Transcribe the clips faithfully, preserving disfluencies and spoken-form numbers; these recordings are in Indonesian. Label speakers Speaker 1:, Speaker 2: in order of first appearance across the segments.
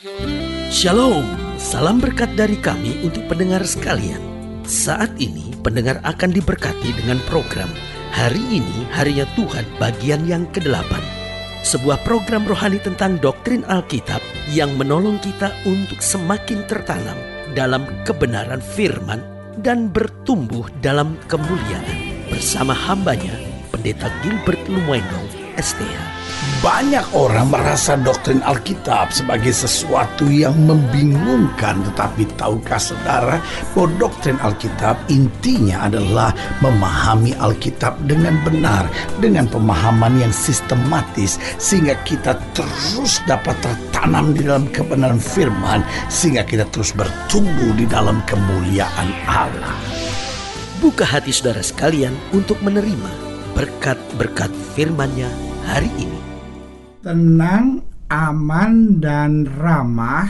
Speaker 1: Shalom, salam berkat dari kami untuk pendengar sekalian. Saat ini pendengar akan diberkati dengan program Hari Ini Harinya Tuhan bagian yang kedelapan. Sebuah program rohani tentang doktrin Alkitab yang menolong kita untuk semakin tertanam dalam kebenaran firman dan bertumbuh dalam kemuliaan. Bersama hambanya, Pendeta Gilbert Lumwendo, S T H.
Speaker 2: Banyak orang merasa doktrin Alkitab sebagai sesuatu yang membingungkan. Tetapi tahukah saudara bahwa doktrin Alkitab intinya adalah memahami Alkitab dengan benar, dengan pemahaman yang sistematis, sehingga kita terus dapat tertanam di dalam kebenaran firman, sehingga kita terus bertumbuh di dalam kemuliaan Allah.
Speaker 1: Buka hati saudara sekalian untuk menerima berkat-berkat firman-Nya hari ini.
Speaker 3: Tenang, aman, dan ramah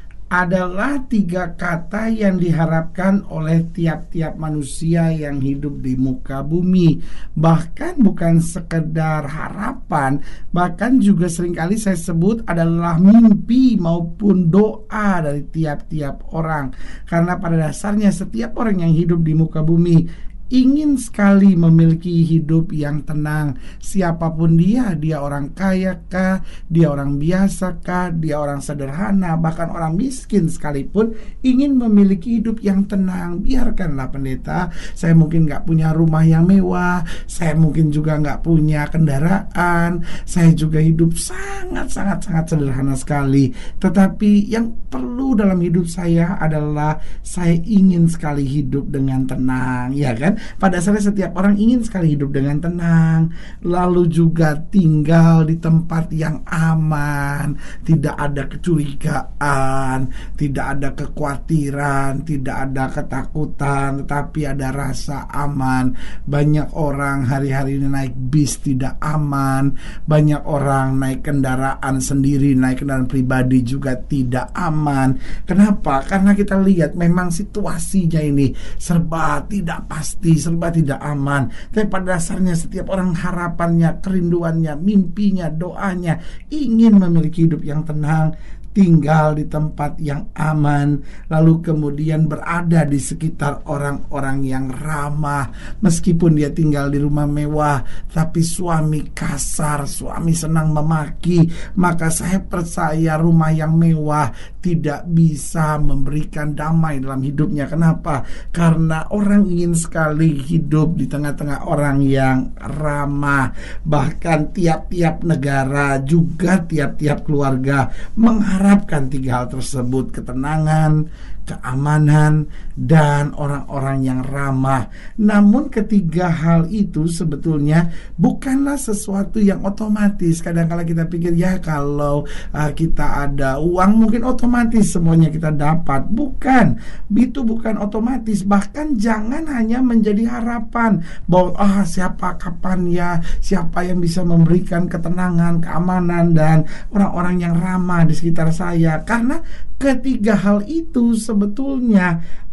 Speaker 3: adalah tiga kata yang diharapkan oleh tiap-tiap manusia yang hidup di muka bumi. Bahkan bukan sekedar harapan, bahkan juga seringkali saya sebut adalah mimpi maupun doa dari tiap-tiap orang. Karena pada dasarnya setiap orang yang hidup di muka bumi ingin sekali memiliki hidup yang tenang. Siapapun dia, dia orang kaya kah, dia orang biasa kah, dia orang sederhana, bahkan orang miskin sekalipun ingin memiliki hidup yang tenang. Biarkanlah pendeta, saya mungkin gak punya rumah yang mewah, saya mungkin juga gak punya kendaraan, saya juga hidup sangat-sangat-sangat sederhana sekali. Tetapi yang perlu dalam hidup saya adalah saya ingin sekali hidup dengan tenang, ya kan? Pada dasarnya setiap orang ingin sekali hidup dengan tenang, lalu juga tinggal di tempat yang aman, tidak ada kecurigaan, tidak ada kekhawatiran, tidak ada ketakutan, tetapi ada rasa aman. Banyak orang hari-hari ini naik bis tidak aman, banyak orang naik kendaraan sendiri, naik kendaraan pribadi juga tidak aman. Kenapa? Karena kita lihat memang situasinya ini serba tidak pasti, serba tidak aman. Tapi pada dasarnya setiap orang harapannya, kerinduannya, mimpinya, doanya ingin memiliki hidup yang tenang, tinggal di tempat yang aman, lalu kemudian berada di sekitar orang-orang yang ramah. Meskipun dia tinggal di rumah mewah, tapi suami kasar, suami senang memaki, maka saya percaya rumah yang mewah tidak bisa memberikan damai dalam hidupnya. Kenapa? Karena orang ingin sekali hidup di tengah-tengah orang yang ramah. Bahkan tiap-tiap negara, juga tiap-tiap keluarga mengharapkan harapkan tiga hal tersebut: ketenangan, keamanan, dan orang-orang yang ramah. Namun ketiga hal itu sebetulnya bukanlah sesuatu yang otomatis. Kadang-kadang kita pikir ya kalau uh, kita ada uang mungkin otomatis semuanya kita dapat. Bukan, itu bukan otomatis. Bahkan jangan hanya menjadi harapan bahwa ah siapa kapan ya, siapa yang bisa memberikan ketenangan, keamanan, dan orang-orang yang ramah di sekitar saya. Karena ketiga hal itu sebetulnya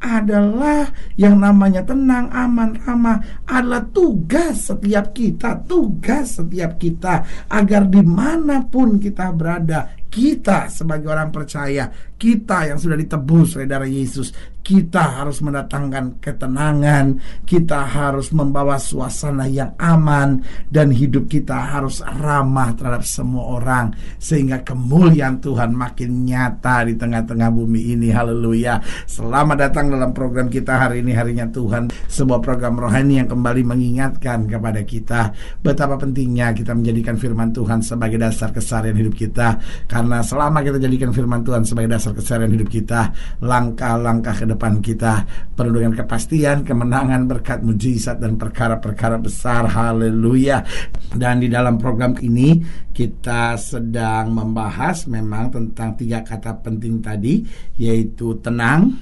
Speaker 3: adalah yang namanya tenang, aman, ramah adalah tugas setiap kita, tugas setiap kita agar dimanapun kita berada, kita sebagai orang percaya, kita yang sudah ditebus oleh darah Yesus, kita harus mendatangkan ketenangan, kita harus membawa suasana yang aman, dan hidup kita harus ramah terhadap semua orang, sehingga kemuliaan Tuhan makin nyata di tengah-tengah bumi ini. Haleluya. Selamat datang dalam program kita hari ini, Harinya Tuhan, sebuah program rohani yang kembali mengingatkan kepada kita betapa pentingnya kita menjadikan firman Tuhan sebagai dasar keseharian hidup kita. Karena selama kita jadikan firman Tuhan sebagai dasar keseharian hidup kita, langkah-langkah ke depan kita penuh dengan kepastian, kemenangan, berkat, mujizat, dan perkara-perkara besar. Haleluya. Dan di dalam program ini kita sedang membahas memang tentang tiga kata penting tadi, yaitu tenang,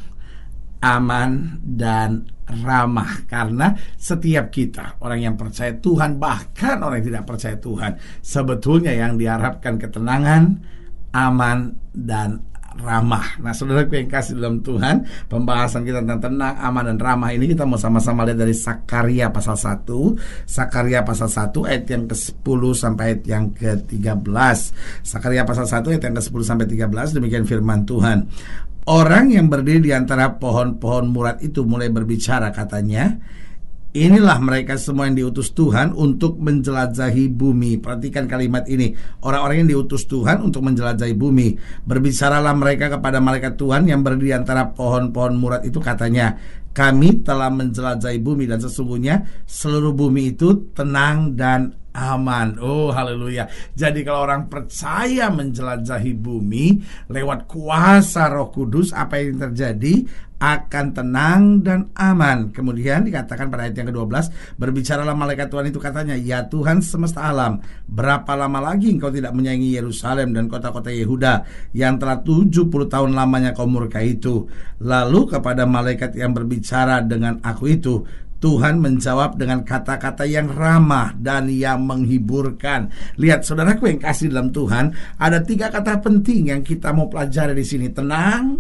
Speaker 3: aman, dan ramah. Karena setiap kita, orang yang percaya Tuhan, bahkan orang yang tidak percaya Tuhan, sebetulnya yang diharapkan ketenangan, aman, dan ramah. Nah, saudaraku yang kasih dalam Tuhan, pembahasan kita tentang tenang, aman, dan ramah ini kita mau sama-sama lihat dari Sakaria pasal satu. Sakaria pasal satu ayat yang ke sepuluh sampai ayat yang ke tiga belas. Sakaria pasal satu ayat yang ke sepuluh sampai tiga belas, demikian firman Tuhan. Orang yang berdiri di antara pohon-pohon murad itu mulai berbicara, katanya, inilah mereka semua yang diutus Tuhan untuk menjelajahi bumi. Perhatikan kalimat ini. Orang-orang yang diutus Tuhan untuk menjelajahi bumi. Berbicaralah mereka kepada malaikat Tuhan yang berdiri antara pohon-pohon murad itu, katanya, kami telah menjelajahi bumi dan sesungguhnya seluruh bumi itu tenang dan aman. Oh, haleluya. Jadi kalau orang percaya menjelajahi bumi lewat kuasa Roh Kudus, apa yang terjadi? Akan tenang dan aman. Kemudian dikatakan pada ayat yang kedua belas, berbicaralah malaikat Tuhan itu, katanya, ya Tuhan semesta alam, berapa lama lagi engkau tidak menyayangi Yerusalem dan kota-kota Yehuda yang telah tujuh puluh tahun lamanya kau murkai itu? Lalu kepada malaikat yang berbicara dengan aku itu, Tuhan menjawab dengan kata-kata yang ramah dan yang menghiburkan. Lihat saudaraku yang kasih dalam Tuhan, ada tiga kata penting yang kita mau pelajari di sini: tenang,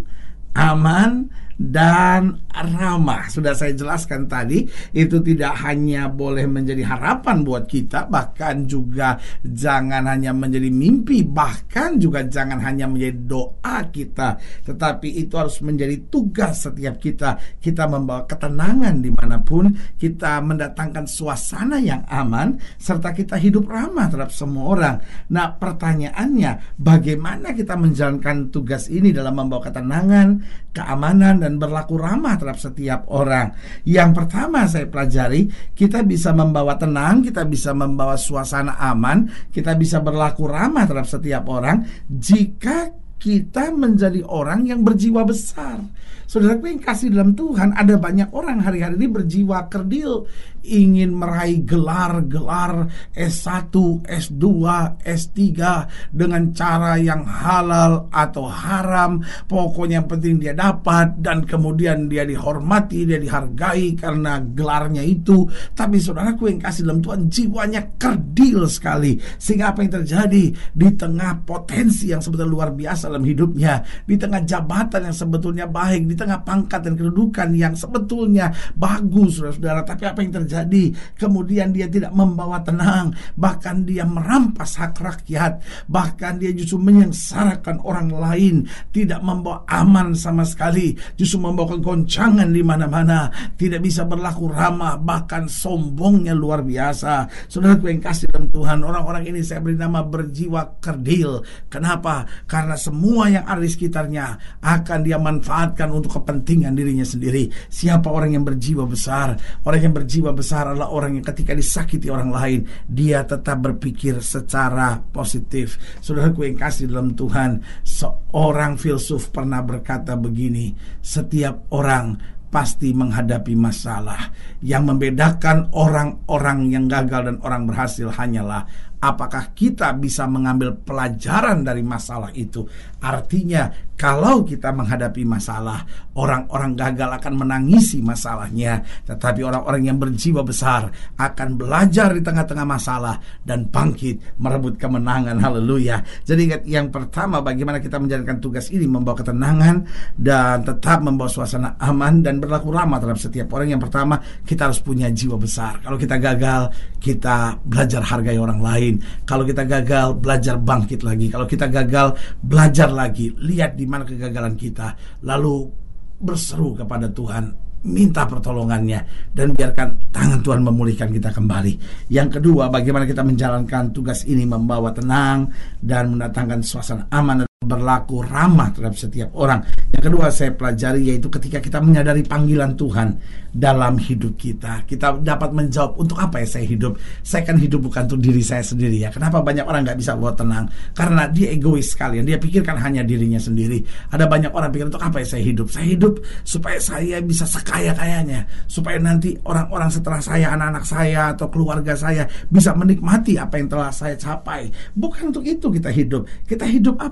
Speaker 3: aman, dan ramah. Sudah saya jelaskan tadi, itu tidak hanya boleh menjadi harapan buat kita, bahkan juga jangan hanya menjadi mimpi, bahkan juga jangan hanya menjadi doa kita, tetapi itu harus menjadi tugas setiap kita. Kita membawa ketenangan dimanapun, kita mendatangkan suasana yang aman, serta kita hidup ramah terhadap semua orang. Nah, pertanyaannya, bagaimana kita menjalankan tugas ini dalam membawa ketenangan, keamanan, dan berlaku ramah terhadap setiap orang? Yang pertama saya pelajari, kita bisa membawa tenang, kita bisa membawa suasana aman, kita bisa berlaku ramah terhadap setiap orang jika kita menjadi orang yang berjiwa besar. Saudaraku yang kasih dalam Tuhan, ada banyak orang hari-hari ini berjiwa kerdil, ingin meraih gelar-gelar S satu, S dua, S tiga dengan cara yang halal atau haram. Pokoknya yang penting dia dapat, dan kemudian dia dihormati, dia dihargai karena gelarnya itu. Tapi saudaraku yang kasih dalam Tuhan, jiwanya kerdil sekali, sehingga apa yang terjadi di tengah potensi yang sebetulnya luar biasa dalam hidupnya, di tengah jabatan yang sebetulnya baik, di tengah pangkat dan kedudukan yang sebetulnya bagus, saudara-saudara, tapi apa yang terjadi? Kemudian dia tidak membawa tenang, bahkan dia merampas hak rakyat, bahkan dia justru menyengsarakan orang lain, tidak membawa aman sama sekali, justru membawa kegoncangan di mana-mana, tidak bisa berlaku ramah, bahkan sombongnya luar biasa. Saudaraku yang kasih dalam Tuhan, orang-orang ini saya beri nama berjiwa kerdil. Kenapa? Karena semua yang ada di sekitarnya akan dia manfaatkan untuk kepentingan dirinya sendiri. Siapa orang yang berjiwa besar? Orang yang berjiwa besar adalah orang yang ketika disakiti orang lain, dia tetap berpikir secara positif. Saudaraku yang kasih dalam Tuhan, seorang filsuf pernah berkata begini, setiap orang pasti menghadapi masalah. Yang membedakan orang-orang yang gagal dan orang berhasil hanyalah apakah kita bisa mengambil pelajaran dari masalah itu. Artinya, kalau kita menghadapi masalah, orang-orang gagal akan menangisi masalahnya, tetapi orang-orang yang berjiwa besar akan belajar di tengah-tengah masalah dan bangkit merebut kemenangan. Haleluya. Jadi ingat, yang pertama, bagaimana kita menjalankan tugas ini, membawa ketenangan dan tetap membawa suasana aman dan berlaku ramah terhadap setiap orang. Yang pertama, kita harus punya jiwa besar. Kalau kita gagal, kita belajar hargai orang lain. Kalau kita gagal, belajar bangkit lagi. Kalau kita gagal, belajar lagi. Lihat di mana kegagalan kita, lalu berseru kepada Tuhan, minta pertolongannya, dan biarkan tangan Tuhan memulihkan kita kembali. Yang kedua, bagaimana kita menjalankan tugas ini, membawa tenang dan mendatangkan suasana aman, berlaku ramah terhadap setiap orang. Yang kedua saya pelajari, yaitu ketika kita menyadari panggilan Tuhan dalam hidup kita, kita dapat menjawab, untuk apa ya saya hidup? Saya kan hidup bukan untuk diri saya sendiri ya. Kenapa banyak orang gak bisa bawa tenang? Karena dia egois sekali, dia pikirkan hanya dirinya sendiri. Ada banyak orang pikir, untuk apa ya saya hidup? Saya hidup supaya saya bisa sekaya-kayanya, supaya nanti orang-orang setelah saya, anak-anak saya atau keluarga saya bisa menikmati apa yang telah saya capai. Bukan untuk itu kita hidup. Kita hidup apa?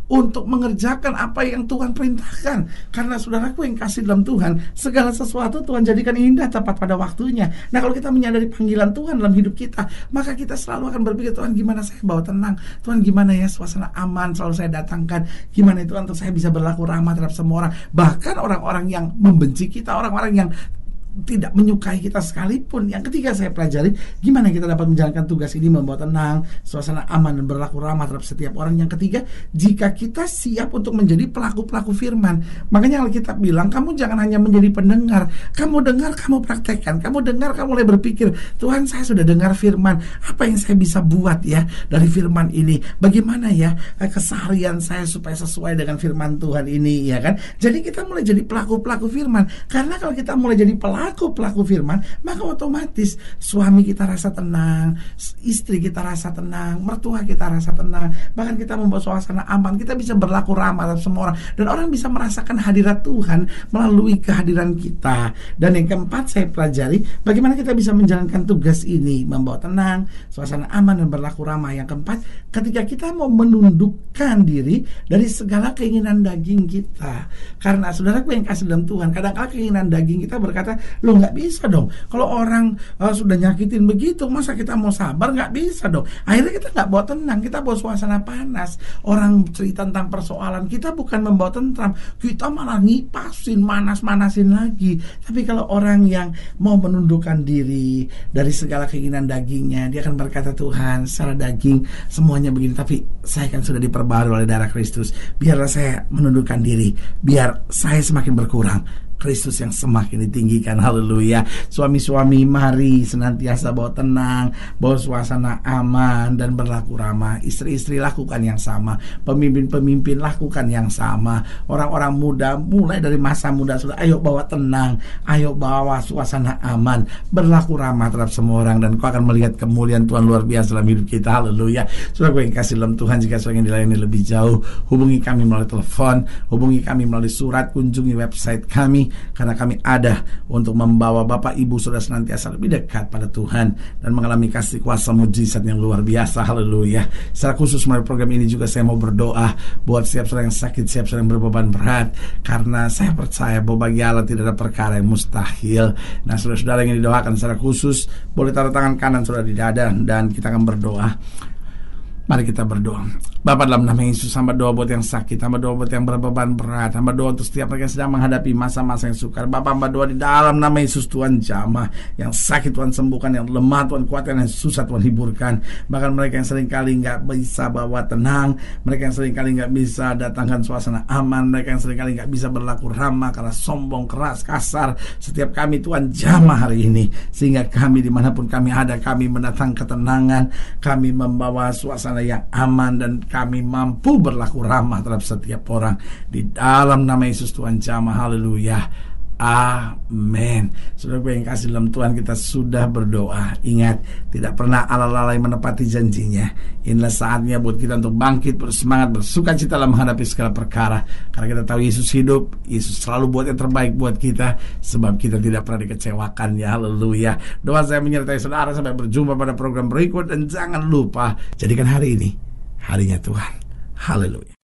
Speaker 3: untuk mengerjakan apa yang Tuhan perintahkan. Karena saudaraku yang kasih dalam Tuhan, segala sesuatu Tuhan jadikan indah tepat pada waktunya. Nah, kalau kita menyadari panggilan Tuhan dalam hidup kita, maka kita selalu akan berpikir, Tuhan gimana saya bawa tenang, Tuhan gimana ya suasana aman selalu saya datangkan, gimana Tuhan untuk saya bisa berlaku ramah terhadap semua orang, bahkan orang-orang yang membenci kita, orang-orang yang tidak menyukai kita sekalipun. Yang ketiga saya pelajari, gimana kita dapat menjalankan tugas ini, membawa tenang, suasana aman, dan berlaku ramah terhadap setiap orang. Yang ketiga, jika kita siap untuk menjadi pelaku-pelaku firman. Makanya Alkitab bilang, kamu jangan hanya menjadi pendengar, kamu dengar, kamu praktekkan, kamu dengar, kamu mulai berpikir, Tuhan saya sudah dengar firman, apa yang saya bisa buat ya dari firman ini, bagaimana ya keseharian saya supaya sesuai dengan firman Tuhan ini, ya kan. Jadi kita mulai jadi pelaku-pelaku firman. Karena kalau kita mulai jadi pelaku pelaku firman, maka otomatis suami kita rasa tenang, istri kita rasa tenang, mertua kita rasa tenang, bahkan kita membuat suasana aman, kita bisa berlaku ramah terhadap semua orang, dan orang bisa merasakan hadirat Tuhan melalui kehadiran kita. Dan yang keempat saya pelajari, bagaimana kita bisa menjalankan tugas ini, membawa tenang, suasana aman, dan berlaku ramah. Yang keempat, ketika kita mau menundukkan diri dari segala keinginan daging kita. Karena saudaraku yang kasih dalam Tuhan, kadang-kadang keinginan daging kita berkata, lo nggak bisa dong, kalau orang uh, sudah nyakitin begitu, masa kita mau sabar? Nggak bisa dong. Akhirnya kita nggak bawa tenang, kita bawa suasana panas. Orang cerita tentang persoalan, kita bukan membawa tentram, kita malah ngipasin, manas-manasin lagi. Tapi kalau orang yang mau menundukkan diri dari segala keinginan dagingnya, dia akan berkata, Tuhan secara daging semuanya begini, tapi saya kan sudah diperbarui oleh darah Kristus. Biarlah saya menundukkan diri, biar saya semakin berkurang, Kristus yang semakin ditinggikan. Haleluya. Suami-suami mari senantiasa bawa tenang, bawa suasana aman, dan berlaku ramah. Istri-istri lakukan yang sama, pemimpin-pemimpin lakukan yang sama. Orang-orang muda mulai dari masa muda sudah, ayo bawa tenang, ayo bawa suasana aman, berlaku ramah terhadap semua orang, dan kau akan melihat kemuliaan Tuhan luar biasa dalam hidup kita. Haleluya. Saudara yang kasih dalam Tuhan, jika saudara yang dilayani lebih jauh, hubungi kami melalui telepon, hubungi kami melalui surat, kunjungi website kami, karena kami ada untuk membawa Bapak Ibu Saudara senantiasa lebih dekat pada Tuhan dan mengalami kasih kuasa mujizat yang luar biasa. Haleluya. Secara khusus melalui program ini juga saya mau berdoa buat setiap saudara yang sakit, setiap saudara yang berbeban berat, karena saya percaya bahwa bagi Allah tidak ada perkara yang mustahil. Nah, saudara-saudara yang didoakan secara khusus, boleh taruh tangan kanan saudara di dada dan kita akan berdoa. Mari kita berdoa. Bapa, dalam nama Yesus, hamba doa buat yang sakit, hamba doa buat yang berbeban berat, hamba doa untuk setiap mereka yang sedang menghadapi masa-masa yang sukar. Bapa, hamba doa di dalam nama Yesus, Tuhan jamah, yang sakit Tuhan sembuhkan, yang lemah Tuhan kuatkan, yang susah Tuhan hiburkan. Bahkan mereka yang seringkali nggak bisa bawa tenang, mereka yang seringkali nggak bisa datangkan suasana aman, mereka yang seringkali nggak bisa berlaku ramah karena sombong, keras, kasar. Setiap kami Tuhan jamah hari ini, sehingga kami dimanapun kami ada, kami mendatang ketenangan, kami membawa suasana yang aman, dan kami mampu berlaku ramah terhadap setiap orang. Di dalam nama Yesus Tuhan jamah. Haleluya. Amin. Saudara yang kasih dalam Tuhan, kita sudah berdoa. Ingat, tidak pernah Allah lalai menepati janjinya. Inilah saatnya buat kita untuk bangkit, bersemangat, bersuka cita dalam menghadapi segala perkara. Karena kita tahu Yesus hidup, Yesus selalu buat yang terbaik buat kita, sebab kita tidak pernah dikecewakan. Ya, haleluya. Doa saya menyertai saudara sampai berjumpa pada program berikut. Dan jangan lupa, jadikan hari ini harinya Tuhan. Haleluya.